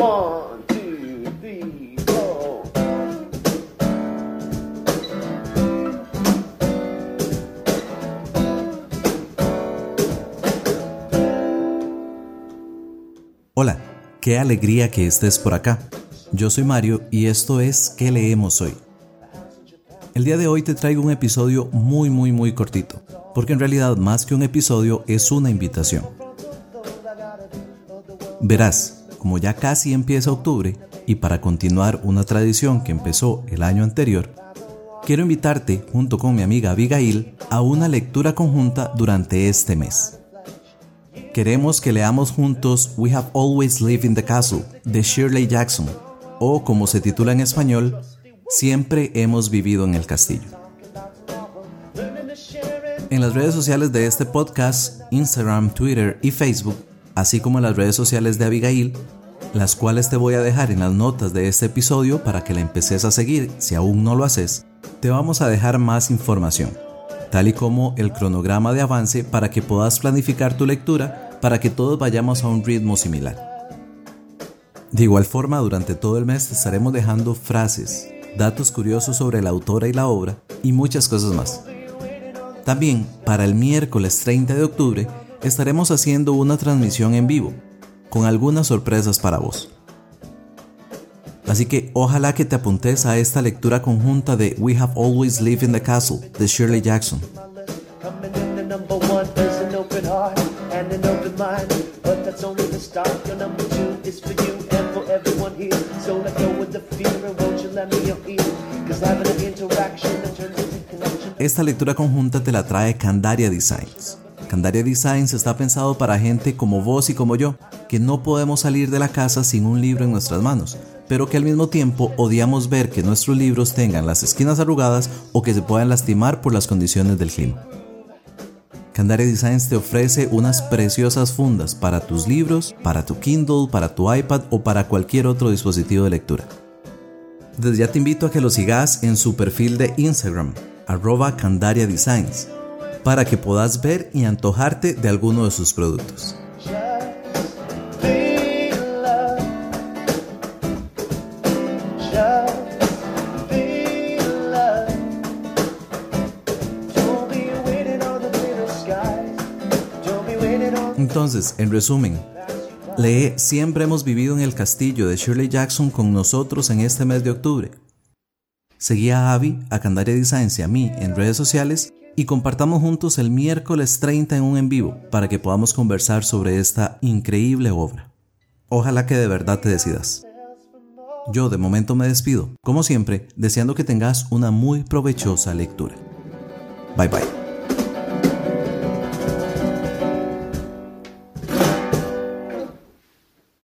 1, 2, 3, 4. Hola, qué alegría que estés por acá. Yo soy Mario y esto es ¿Qué leemos hoy? El día de hoy te traigo un episodio muy cortito, porque en realidad más que un episodio es una invitación. Verás, como ya casi empieza octubre y para continuar una tradición que empezó el año anterior, quiero invitarte junto con mi amiga Abigail a una lectura conjunta durante este mes. Queremos que leamos juntos We Have Always Lived in the Castle de Shirley Jackson, o como se titula en español, Siempre hemos vivido en el castillo. En las redes sociales de este podcast, Instagram, Twitter y Facebook, así como en las redes sociales de Abigail, las cuales te voy a dejar en las notas de este episodio para que la empeces a seguir si aún no lo haces, te vamos a dejar más información, tal y como el cronograma de avance para que puedas planificar tu lectura para que todos vayamos a un ritmo similar. De igual forma, durante todo el mes te estaremos dejando frases, datos curiosos sobre la autora y la obra y muchas cosas más. También, para el miércoles 30 de octubre, estaremos haciendo una transmisión en vivo, con algunas sorpresas para vos. Así que ojalá que te apuntes a esta lectura conjunta de We Have Always Lived in the Castle de Shirley Jackson. Esta lectura conjunta te la trae Candaria Designs. Candaria Designs está pensado para gente como vos y como yo, que no podemos salir de la casa sin un libro en nuestras manos, pero que al mismo tiempo odiamos ver que nuestros libros tengan las esquinas arrugadas o que se puedan lastimar por las condiciones del clima. Candaria Designs te ofrece unas preciosas fundas para tus libros, para tu Kindle, para tu iPad o para cualquier otro dispositivo de lectura. Desde ya te invito a que lo sigas en su perfil de Instagram, @CandariaDesigns, para que puedas ver y antojarte de alguno de sus productos. Entonces, en resumen, lee Siempre hemos vivido en el castillo de Shirley Jackson con nosotros en este mes de octubre. Seguí a Abby, a Candaria Designs y a mí en redes sociales y compartamos juntos el miércoles 30 en un en vivo para que podamos conversar sobre esta increíble obra. Ojalá que de verdad te decidas. Yo de momento me despido, como siempre, deseando que tengas una muy provechosa lectura. Bye bye.